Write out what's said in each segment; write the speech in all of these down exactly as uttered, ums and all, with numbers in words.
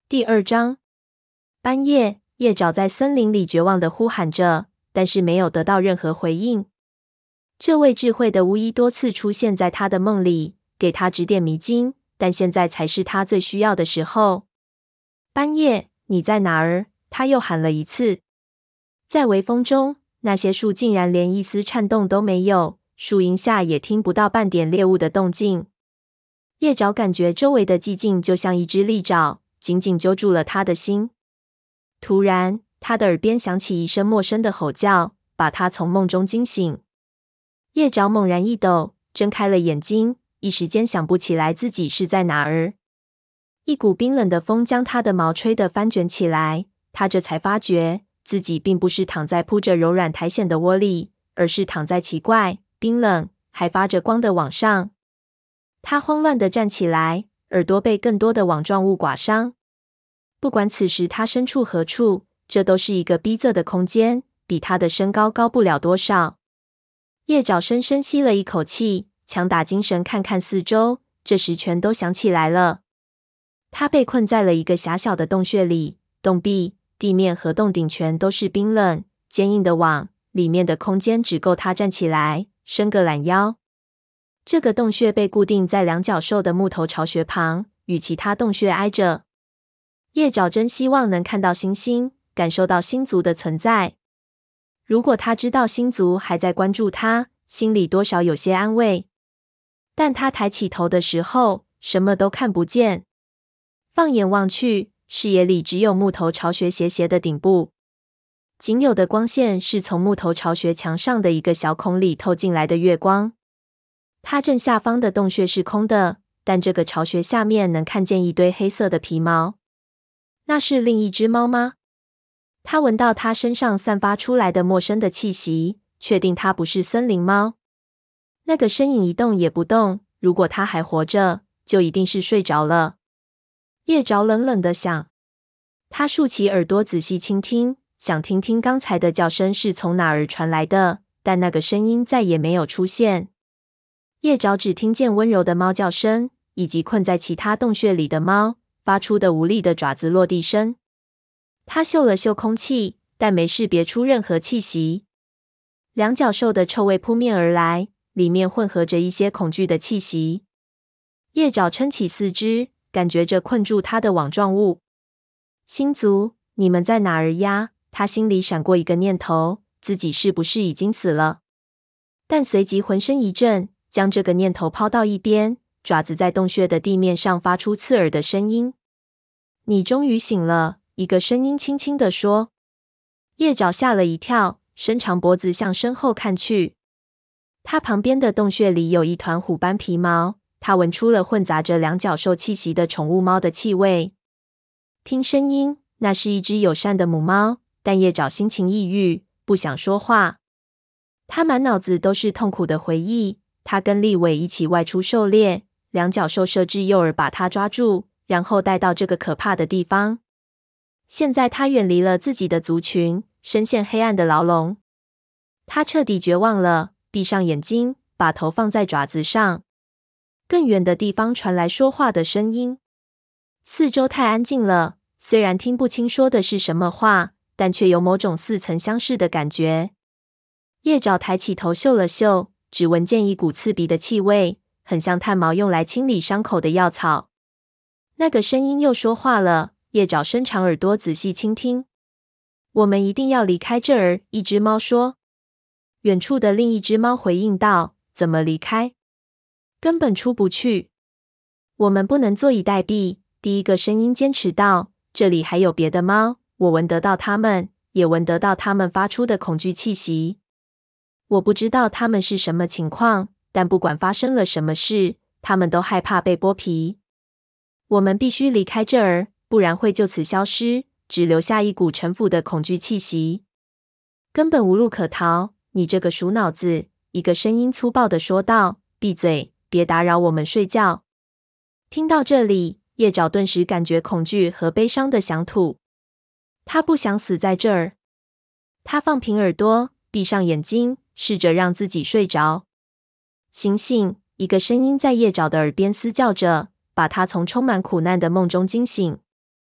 第二章，半夜，叶爪在森林里绝望地呼喊着，但是没有得到任何回应。这位智慧的巫医多次出现在他的梦里，给他指点迷津，但现在才是他最需要的时候。半夜，你在哪儿？他又喊了一次。在微风中，那些树竟然连一丝颤动都没有，树荫下也听不到半点猎物的动静。叶爪感觉周围的寂静就像一只利爪，紧紧揪住了他的心。突然，他的耳边响起一声陌生的吼叫，把他从梦中惊醒。叶爪猛然一抖，睁开了眼睛，一时间想不起来自己是在哪儿。一股冰冷的风将他的毛吹得翻卷起来，他这才发觉自己并不是躺在铺着柔软苔藓的窝里，而是躺在奇怪、冰冷、还发着光的网上。他慌乱地站起来，耳朵被更多的网状物刮伤。不管此时他身处何处，这都是一个逼仄的空间，比他的身高高不了多少。叶爪深深吸了一口气，强打精神看看四周，这时全都想起来了。他被困在了一个狭小的洞穴里，洞壁、地面和洞顶全都是冰冷、坚硬的网，里面的空间只够他站起来，伸个懒腰。这个洞穴被固定在两角兽的木头巢穴旁，与其他洞穴挨着。叶爪真希望能看到星星，感受到星族的存在。如果他知道星族还在关注他，心里多少有些安慰。但他抬起头的时候，什么都看不见。放眼望去，视野里只有木头巢穴斜斜的顶部，仅有的光线是从木头巢穴墙上的一个小孔里透进来的月光。它正下方的洞穴是空的，但这个巢穴下面能看见一堆黑色的皮毛。那是另一只猫吗？他闻到它身上散发出来的陌生的气息，确定它不是森林猫。那个身影一动也不动，如果它还活着，就一定是睡着了。叶爪冷冷地想。他竖起耳朵仔细倾听，想听听刚才的叫声是从哪儿传来的，但那个声音再也没有出现。叶爪只听见温柔的猫叫声，以及困在其他洞穴里的猫发出的无力的爪子落地声。他嗅了嗅空气，但没识别出任何气息。两角兽的臭味扑面而来，里面混合着一些恐惧的气息。叶爪撑起四肢，感觉着困住他的网状物。星族，你们在哪儿呀？他心里闪过一个念头，自己是不是已经死了？但随即浑身一震，将这个念头抛到一边，爪子在洞穴的地面上发出刺耳的声音。你终于醒了，一个声音轻轻地说。叶爪吓了一跳，伸长脖子向身后看去。他旁边的洞穴里有一团虎斑皮毛，他闻出了混杂着两角兽气息的宠物猫的气味。听声音，那是一只友善的母猫，但叶爪心情抑郁，不想说话。他满脑子都是痛苦的回忆。他跟立伟一起外出狩猎，两角兽设置诱饵把他抓住，然后带到这个可怕的地方。现在他远离了自己的族群，深陷黑暗的牢笼。他彻底绝望了，闭上眼睛，把头放在爪子上。更远的地方传来说话的声音。四周太安静了，虽然听不清说的是什么话，但却有某种似曾相识的感觉。叶爪抬起头嗅了嗅，只闻见一股刺鼻的气味，很像炭毛用来清理伤口的药草。那个声音又说话了，叶爪伸长耳朵仔细倾听。我们一定要离开这儿，一只猫说。远处的另一只猫回应道，怎么离开？根本出不去。我们不能坐以待毙，第一个声音坚持道，这里还有别的猫，我闻得到它们，也闻得到它们发出的恐惧气息。我不知道它们是什么情况，但不管发生了什么事，它们都害怕被剥皮。我们必须离开这儿，不然会就此消失，只留下一股陈腐的恐惧气息。根本无路可逃，你这个鼠脑子，一个声音粗暴地说道，闭嘴，别打扰我们睡觉。听到这里，叶爪顿时感觉恐惧和悲伤的想吐。他不想死在这儿。他放平耳朵，闭上眼睛，试着让自己睡着。醒醒！一个声音在叶爪的耳边嘶叫着，把他从充满苦难的梦中惊醒。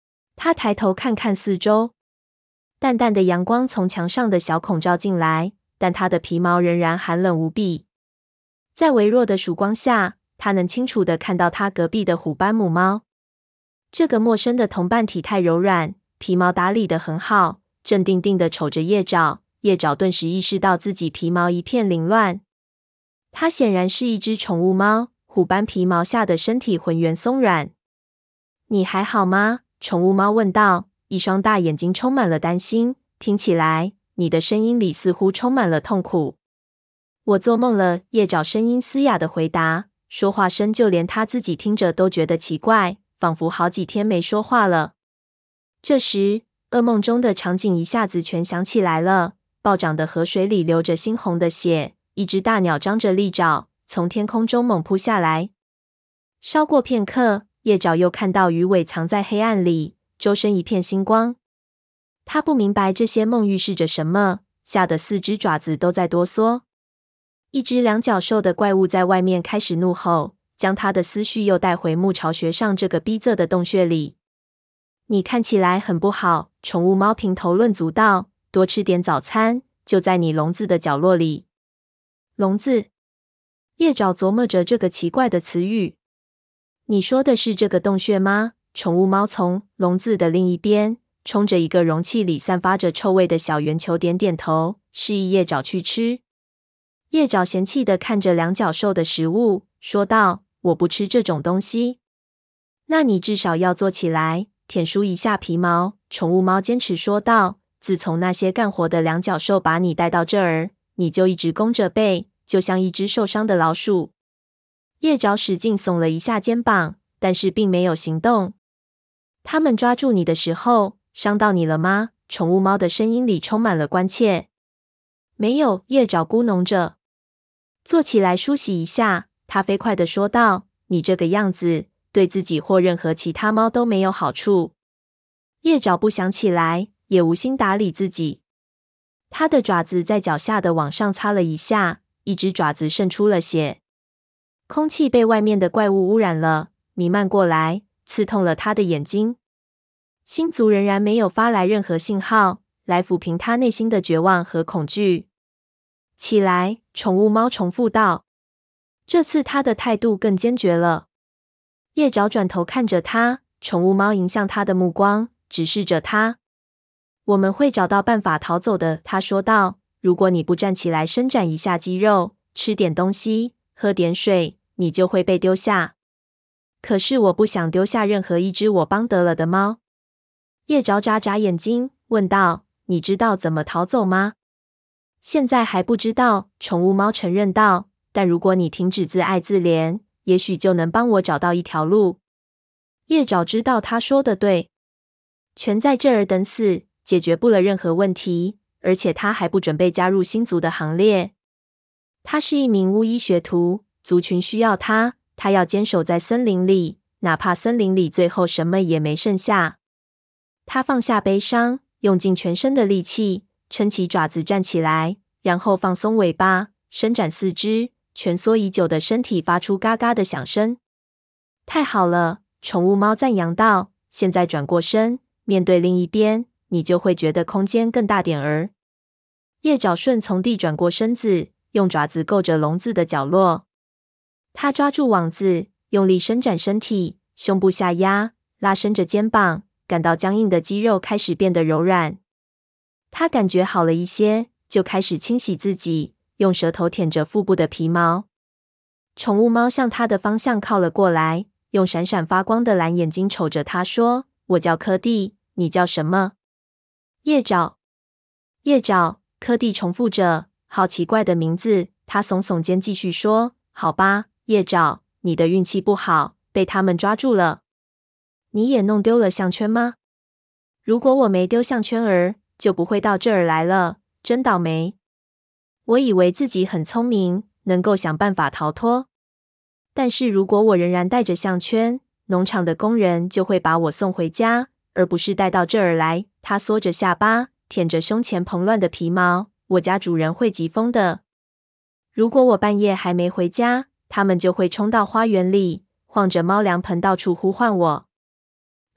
他抬头看看四周，淡淡的阳光从墙上的小孔照进来，但他的皮毛仍然寒冷无比。在微弱的曙光下，他能清楚地看到他隔壁的虎斑母猫。这个陌生的同伴体态柔软，皮毛打理得很好，正定定地瞅着叶爪。叶爪顿时意识到自己皮毛一片凌乱。它显然是一只宠物猫，虎斑皮毛下的身体浑圆松软。你还好吗？宠物猫问道，一双大眼睛充满了担心。听起来，你的声音里似乎充满了痛苦。我做梦了，叶爪声音嘶哑的回答，说话声就连他自己听着都觉得奇怪，仿佛好几天没说话了。这时，噩梦中的场景一下子全想起来了。暴涨的河水里流着猩红的血，一只大鸟张着利爪，从天空中猛扑下来。稍过片刻，叶爪又看到鱼尾藏在黑暗里，周身一片星光。他不明白这些梦预示着什么，吓得四只爪子都在哆嗦。一只两脚兽的怪物在外面开始怒吼，将他的思绪又带回牧巢穴上这个逼仄的洞穴里。你看起来很不好，宠物猫评头论足道，多吃点早餐，就在你笼子的角落里。笼子？叶爪琢磨着这个奇怪的词语。你说的是这个洞穴吗？宠物猫从笼子的另一边，冲着一个容器里散发着臭味的小圆球点点头，示意叶爪去吃。叶爪嫌弃地看着两脚兽的食物，说道：“我不吃这种东西。”那你至少要坐起来，舔梳一下皮毛。宠物猫坚持说道：“自从那些干活的两脚兽把你带到这儿，你就一直弓着背，就像一只受伤的老鼠。”叶爪使劲耸了一下肩膀，但是并没有行动。他们抓住你的时候，伤到你了吗？宠物猫的声音里充满了关切。没有，叶爪咕哝着。坐起来梳洗一下，他飞快地说道：“你这个样子，对自己或任何其他猫都没有好处。”叶爪不想起来，也无心打理自己。他的爪子在脚下的网上擦了一下，一只爪子渗出了血。空气被外面的怪物污染了，弥漫过来，刺痛了他的眼睛。星族仍然没有发来任何信号，来抚平他内心的绝望和恐惧。起来，宠物猫重复道。这次他的态度更坚决了。叶爪转头看着他，宠物猫迎向他的目光，直视着他。我们会找到办法逃走的，他说道。如果你不站起来伸展一下肌肉，吃点东西，喝点水，你就会被丢下。可是我不想丢下任何一只我帮得了的猫。叶爪眨眨眼睛，问道：“你知道怎么逃走吗？”现在还不知道，宠物猫承认道。但如果你停止自爱自怜，也许就能帮我找到一条路。叶爪知道他说的对，全在这儿等死，解决不了任何问题，而且他还不准备加入星族的行列。他是一名巫医学徒，族群需要他，他要坚守在森林里，哪怕森林里最后什么也没剩下。他放下悲伤，用尽全身的力气，撑起爪子站起来，然后放松尾巴，伸展四肢，蜷缩已久的身体发出嘎嘎的响声。太好了，宠物猫赞扬道，现在转过身，面对另一边，你就会觉得空间更大点儿。叶爪顺从地转过身子，用爪子够着笼子的角落。他抓住网子，用力伸展身体，胸部下压，拉伸着肩膀，感到僵硬的肌肉开始变得柔软。他感觉好了一些，就开始清洗自己，用舌头舔着腹部的皮毛。宠物猫向他的方向靠了过来，用闪闪发光的蓝眼睛瞅着他说：“我叫柯蒂，你叫什么？”叶爪。叶爪，柯蒂重复着，好奇怪的名字。他耸耸肩，继续说：“好吧，叶爪，你的运气不好，被他们抓住了。你也弄丢了项圈吗？如果我没丢项圈儿，就不会到这儿来了，真倒霉。我以为自己很聪明，能够想办法逃脱。但是如果我仍然带着项圈，农场的工人就会把我送回家，而不是带到这儿来。”他缩着下巴，舔着胸前蓬乱的皮毛。我家主人会急疯的。如果我半夜还没回家，他们就会冲到花园里，晃着猫粮盆到处呼唤我。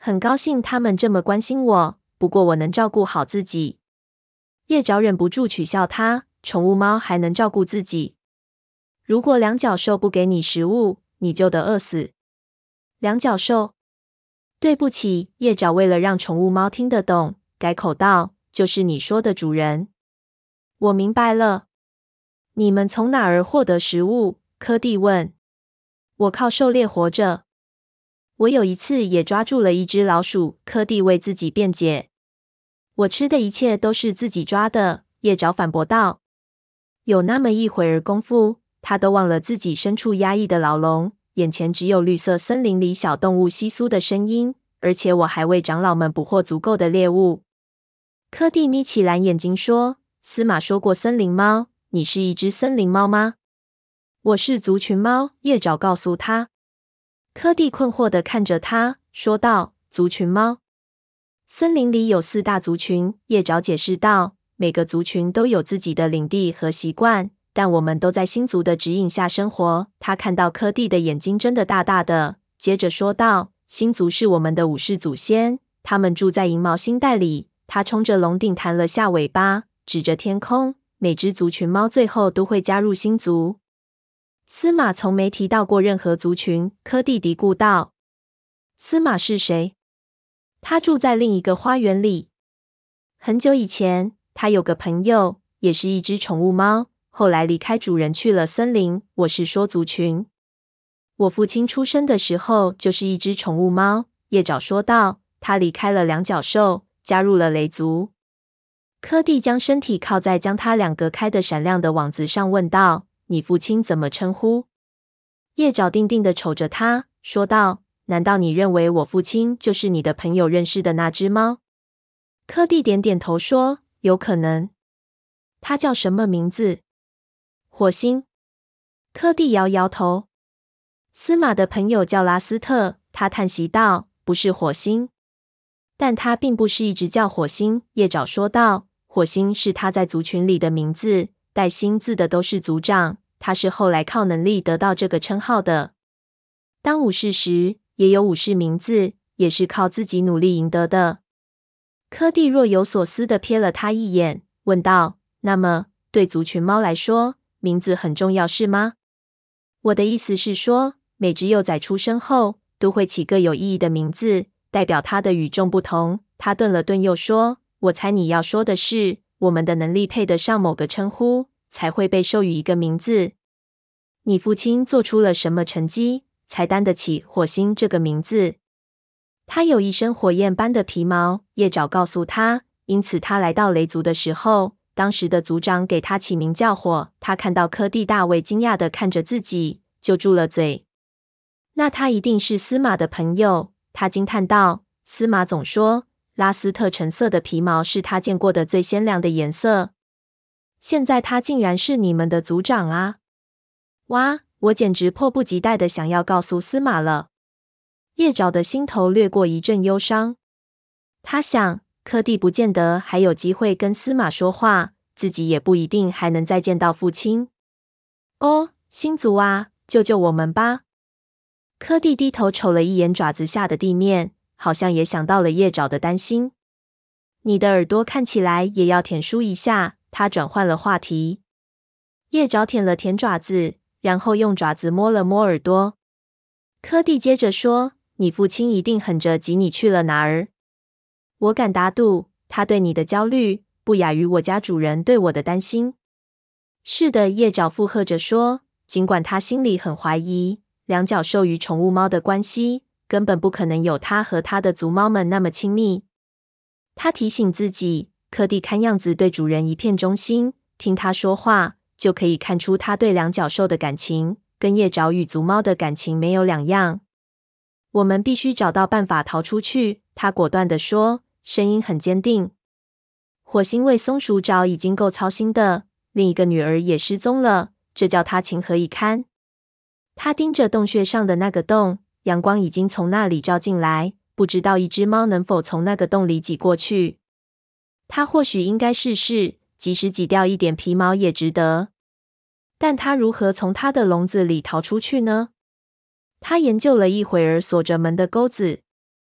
很高兴他们这么关心我，不过我能照顾好自己。叶爪忍不住取笑他，宠物猫还能照顾自己？如果两脚兽不给你食物，你就得饿死。两脚兽，对不起，叶爪为了让宠物猫听得懂，改口道，就是你说的主人。我明白了。你们从哪儿获得食物？柯蒂问。我靠狩猎活着。我有一次也抓住了一只老鼠，柯蒂为自己辩解。我吃的一切都是自己抓的，叶爪反驳道。有那么一会儿功夫，他都忘了自己身处压抑的牢笼，眼前只有绿色森林里小动物窸窣的声音，而且我还为长老们捕获足够的猎物。柯蒂眯起蓝眼睛说，司马说过森林猫，你是一只森林猫吗？我是族群猫，叶爪告诉他。柯蒂困惑地看着他，说道，族群猫？森林里有四大族群，叶爪解释道，每个族群都有自己的领地和习惯，但我们都在星族的指引下生活。他看到柯蒂的眼睛睁得大大的，接着说道，星族是我们的武士祖先，他们住在银毛星带里。他冲着龙顶弹了下尾巴，指着天空，每只族群猫最后都会加入星族。司马从没提到过任何族群，柯蒂嘀咕道。司马是谁？他住在另一个花园里。很久以前，他有个朋友，也是一只宠物猫，后来离开主人去了森林。我是说族群。我父亲出生的时候就是一只宠物猫，叶爪说道。他离开了两脚兽，加入了雷族。柯蒂将身体靠在将他俩隔开的闪亮的网子上，问道，你父亲怎么称呼？叶爪定定地瞅着他，说道，难道你认为我父亲就是你的朋友认识的那只猫？柯蒂点点头说，有可能。他叫什么名字？火星。柯蒂摇摇头。司马的朋友叫拉斯特，他叹息道，不是火星。但他并不是一直叫火星，叶爪说道，火星是他在族群里的名字，带星字的都是族长，他是后来靠能力得到这个称号的。当武士时，也有武士名字，也是靠自己努力赢得的。柯蒂若有所思地瞥了他一眼，问道，那么，对族群猫来说，名字很重要是吗？我的意思是说，每只幼崽出生后，都会起个有意义的名字，代表它的与众不同。他顿了顿，又说，我猜你要说的是，我们的能力配得上某个称呼，才会被授予一个名字。你父亲做出了什么成绩，才担得起火星这个名字？他有一身火焰般的皮毛，叶爪告诉他，因此他来到雷族的时候，当时的族长给他起名叫火。他看到柯蒂大为惊讶地看着自己，就住了嘴。那他一定是司马的朋友，他惊叹道。司马总说，拉斯特橙色的皮毛是他见过的最鲜亮的颜色。现在他竟然是你们的族长啊！哇，我简直迫不及待地想要告诉司马了。叶爪的心头掠过一阵忧伤。他想，柯蒂不见得还有机会跟司马说话，自己也不一定还能再见到父亲。哦，星族啊，救救我们吧！柯蒂低头瞅了一眼爪子下的地面，好像也想到了叶爪的担心。你的耳朵看起来也要舔梳一下，他转换了话题。叶爪舔了舔爪子，然后用爪子摸了摸耳朵。柯蒂接着说，你父亲一定很着急你去了哪儿。我敢打赌，他对你的焦虑不亚于我家主人对我的担心。是的，叶爪附和着说，尽管他心里很怀疑两脚兽与宠物猫的关系，根本不可能有他和他的族猫们那么亲密。他提醒自己，柯蒂看样子对主人一片忠心，听他说话就可以看出他对两脚兽的感情跟叶爪与族猫的感情没有两样。我们必须找到办法逃出去，他果断地说，声音很坚定。火星为松鼠找已经够操心的，另一个女儿也失踪了，这叫他情何以堪。他盯着洞穴上的那个洞，阳光已经从那里照进来，不知道一只猫能否从那个洞里挤过去。他或许应该试试，即使挤掉一点皮毛也值得。但他如何从他的笼子里逃出去呢？他研究了一会儿锁着门的钩子，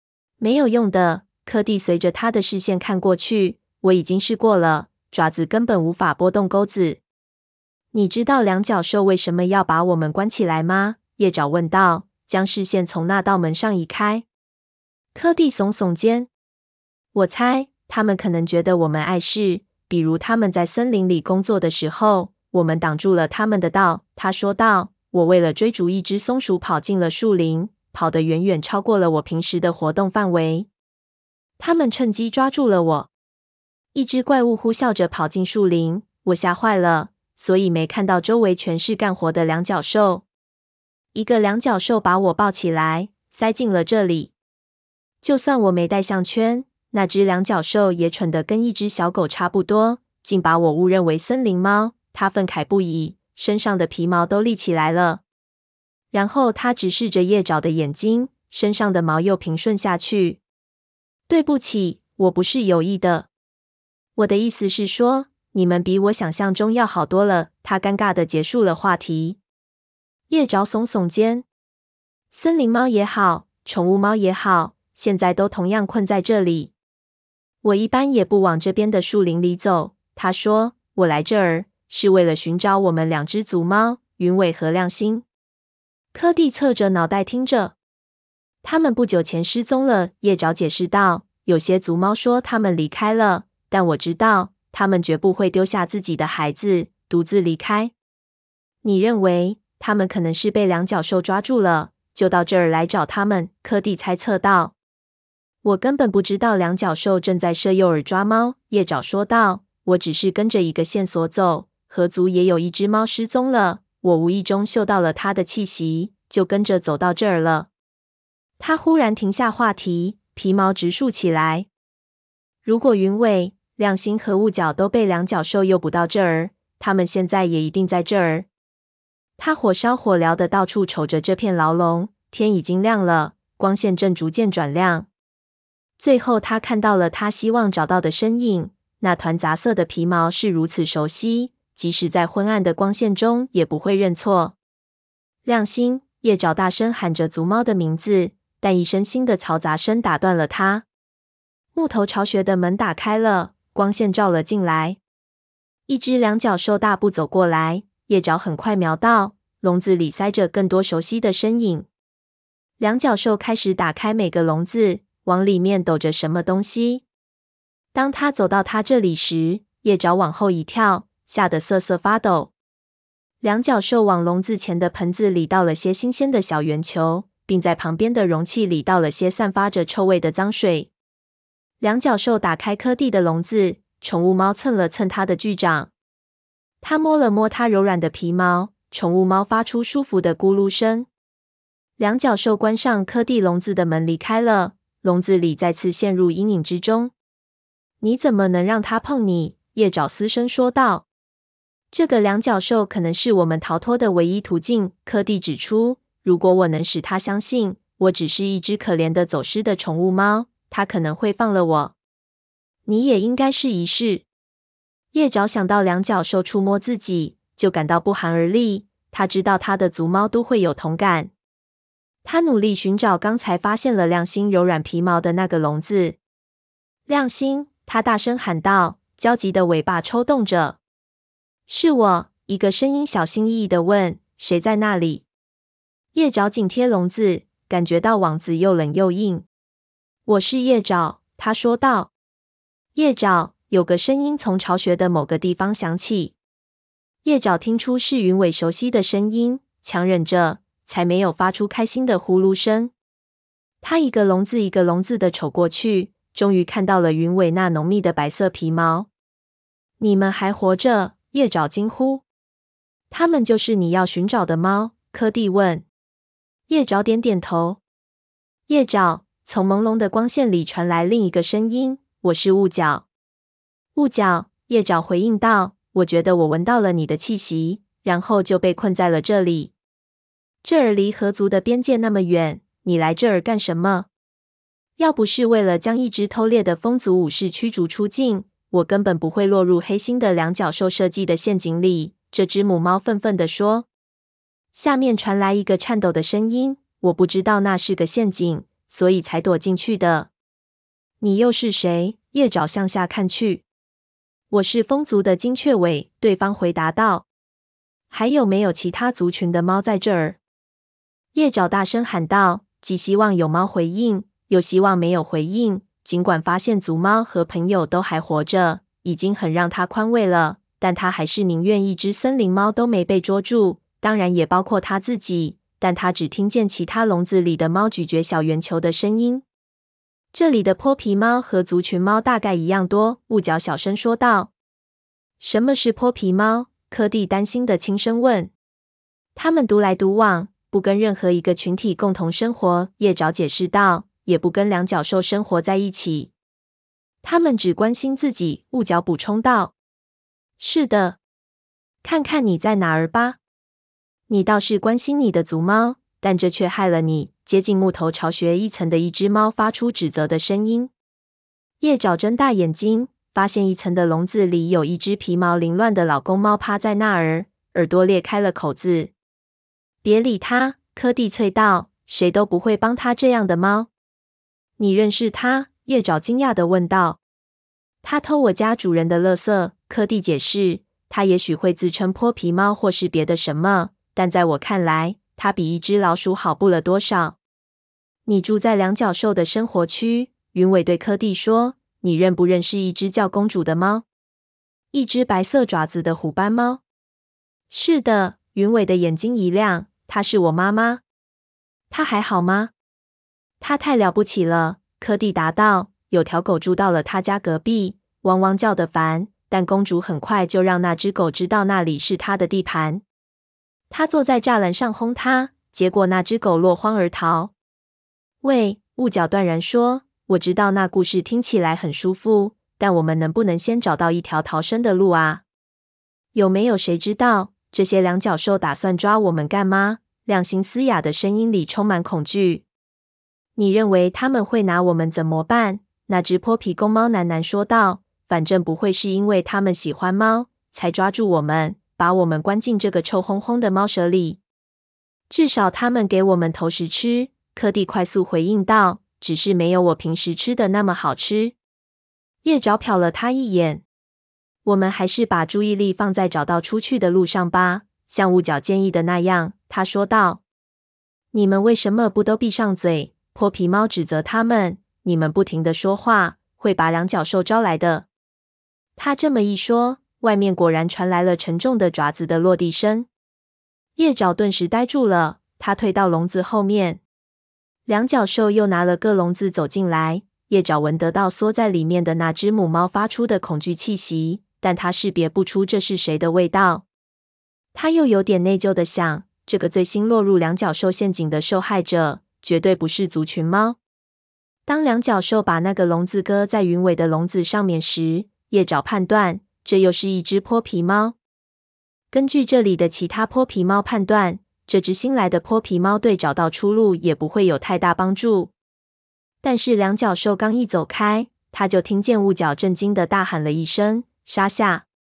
没有用的，柯蒂随着他的视线看过去，我已经试过了，爪子根本无法拨动钩子。你知道两角兽为什么要把我们关起来吗？叶爪问道，将视线从那道门上移开。柯蒂耸耸肩，我猜他们可能觉得我们碍事，比如他们在森林里工作的时候，我们挡住了他们的道。他说道，我为了追逐一只松鼠跑进了树林，跑得远远超过了我平时的活动范围。他们趁机抓住了我。一只怪物呼啸着跑进树林，我吓坏了，所以没看到周围全是干活的两角兽。一个两角兽把我抱起来，塞进了这里。就算我没带项圈，那只两角兽也蠢得跟一只小狗差不多，竟把我误认为森林猫。它愤慨不已，身上的皮毛都立起来了。然后它直视着叶爪的眼睛，身上的毛又平顺下去。对不起，我不是有意的。我的意思是说，你们比我想象中要好多了。他尴尬地结束了话题。叶爪耸耸肩，森林猫也好，宠物猫也好，现在都同样困在这里。我一般也不往这边的树林里走。他说，我来这儿是为了寻找我们两只族猫，云尾和亮星。柯蒂侧着脑袋听着。他们不久前失踪了，叶爪解释道。有些族猫说他们离开了，但我知道他们绝不会丢下自己的孩子，独自离开。你认为他们可能是被两角兽抓住了，就到这儿来找他们？柯蒂猜测道。我根本不知道两角兽正在设诱饵抓猫，叶爪说道。我只是跟着一个线索走，河族也有一只猫失踪了，我无意中嗅到了它的气息，就跟着走到这儿了。他忽然停下话题，皮毛直竖起来。如果云尾、亮星和雾角都被两角兽诱捕到这儿，他们现在也一定在这儿。他火烧火燎的到处瞅着这片牢笼，天已经亮了，光线正逐渐转亮。最后他看到了他希望找到的身影，那团杂色的皮毛是如此熟悉，即使在昏暗的光线中也不会认错。亮星，叶爪大声喊着族猫的名字，但一声新的嘈杂声打断了他。木头巢穴的门打开了，光线照了进来。一只两角兽大步走过来，叶爪很快瞄到笼子里塞着更多熟悉的身影。两角兽开始打开每个笼子，往里面抖着什么东西。当他走到他这里时，叶爪往后一跳，吓得瑟瑟发抖。两角兽往笼子前的盆子里倒了些新鲜的小圆球，并在旁边的容器里倒了些散发着臭味的脏水。两角兽打开柯蒂的笼子，宠物猫蹭了蹭它的巨掌。它摸了摸它柔软的皮毛，宠物猫发出舒服的咕噜声。两角兽关上柯蒂笼子的门离开了，笼子里再次陷入阴影之中。你怎么能让它碰你？叶爪嘶声说道。这个两角兽可能是我们逃脱的唯一途径，柯蒂指出。如果我能使它相信我只是一只可怜的走失的宠物猫，它可能会放了我。你也应该试一试。叶爪想到两角兽触摸自己，就感到不寒而栗。他知道他的族猫都会有同感。他努力寻找刚才发现了亮星柔软皮毛的那个笼子。亮星，他大声喊道，焦急的尾巴抽动着。是我，一个声音小心翼翼地问，谁在那里？叶爪紧贴笼子，感觉到网子又冷又硬。我是叶爪，他说道。叶爪，有个声音从巢穴的某个地方响起。叶爪听出是云尾熟悉的声音，强忍着，才没有发出开心的呼噜声。他一个笼子一个笼子的瞅过去，终于看到了云尾那浓密的白色皮毛。你们还活着？叶爪惊呼。他们就是你要寻找的猫？柯蒂问。叶爪点点头。叶爪，从朦胧的光线里传来另一个声音，我是雾角。雾角，叶爪回应道，我觉得我闻到了你的气息，然后就被困在了这里。这儿离河族的边界那么远，你来这儿干什么？要不是为了将一只偷猎的风族武士驱逐出境，我根本不会落入黑心的两角兽设计的陷阱里。这只母猫愤愤地说。下面传来一个颤抖的声音，我不知道那是个陷阱，所以才躲进去的。 你又是谁？叶爪向下看去。我是风族的金雀尾，对方回答道。还有没有其他族群的猫在这儿？叶爪大声喊道，既希望有猫回应，又希望没有回应。尽管发现族猫和朋友都还活着，已经很让他宽慰了，但他还是宁愿一只森林猫都没被捉住，当然也包括他自己。但他只听见其他笼子里的猫咀嚼小圆球的声音。这里的泼皮猫和族群猫大概一样多，雾角小声说道。什么是泼皮猫？柯蒂担心的轻声问。他们独来独往，不跟任何一个群体共同生活，叶爪解释道，也不跟两脚兽生活在一起。他们只关心自己，雾角补充道。是的，看看你在哪儿吧。你倒是关心你的族猫，但这却害了你。接近木头巢穴一层的一只猫发出指责的声音。叶爪睁大眼睛，发现一层的笼子里有一只皮毛凌乱的老公猫趴在那儿，耳朵裂开了口子。别理它，柯蒂啐道，谁都不会帮它这样的猫。你认识它？叶爪惊讶地问道。它偷我家主人的垃圾，柯蒂解释。它也许会自称泼皮猫或是别的什么，但在我看来，它比一只老鼠好不了多少。你住在两脚兽的生活区，云尾对柯蒂说，你认不认识一只叫公主的猫？一只白色爪子的虎斑猫。是的，云尾的眼睛一亮，她是我妈妈。她还好吗？她太了不起了，柯蒂答道。有条狗住到了他家隔壁，汪汪叫得烦，但公主很快就让那只狗知道那里是她的地盘。她坐在栅栏上轰它，结果那只狗落荒而逃。喂，雾角断然说，我知道那故事听起来很舒服，但我们能不能先找到一条逃生的路啊？有没有谁知道这些两脚兽打算抓我们干嘛？亮星嘶哑的声音里充满恐惧。你认为他们会拿我们怎么办？那只泼皮公猫喃喃说道，反正不会是因为他们喜欢猫才抓住我们，把我们关进这个臭烘烘的猫舍里。至少他们给我们投食吃，柯蒂快速回应道，只是没有我平时吃的那么好吃。叶爪瞟了他一眼。我们还是把注意力放在找到出去的路上吧，像雾角建议的那样，他说道。你们为什么不都闭上嘴？泼皮猫指责他们，你们不停地说话，会把两脚兽招来的。他这么一说，外面果然传来了沉重的爪子的落地声。叶爪顿时呆住了，他退到笼子后面。两脚兽又拿了个笼子走进来，叶爪闻得到缩在里面的那只母猫发出的恐惧气息，但他识别不出这是谁的味道。他又有点内疚地想，这个最新落入两脚兽陷阱的受害者绝对不是族群猫。当两脚兽把那个笼子搁在云尾的笼子上面时，叶爪判断这又是一只泼皮猫。根据这里的其他泼皮猫判断，这只新来的泼皮猫对找到出路也不会有太大帮助。但是两脚兽刚一走开，他就听见雾角震惊地大喊了一声，杀下！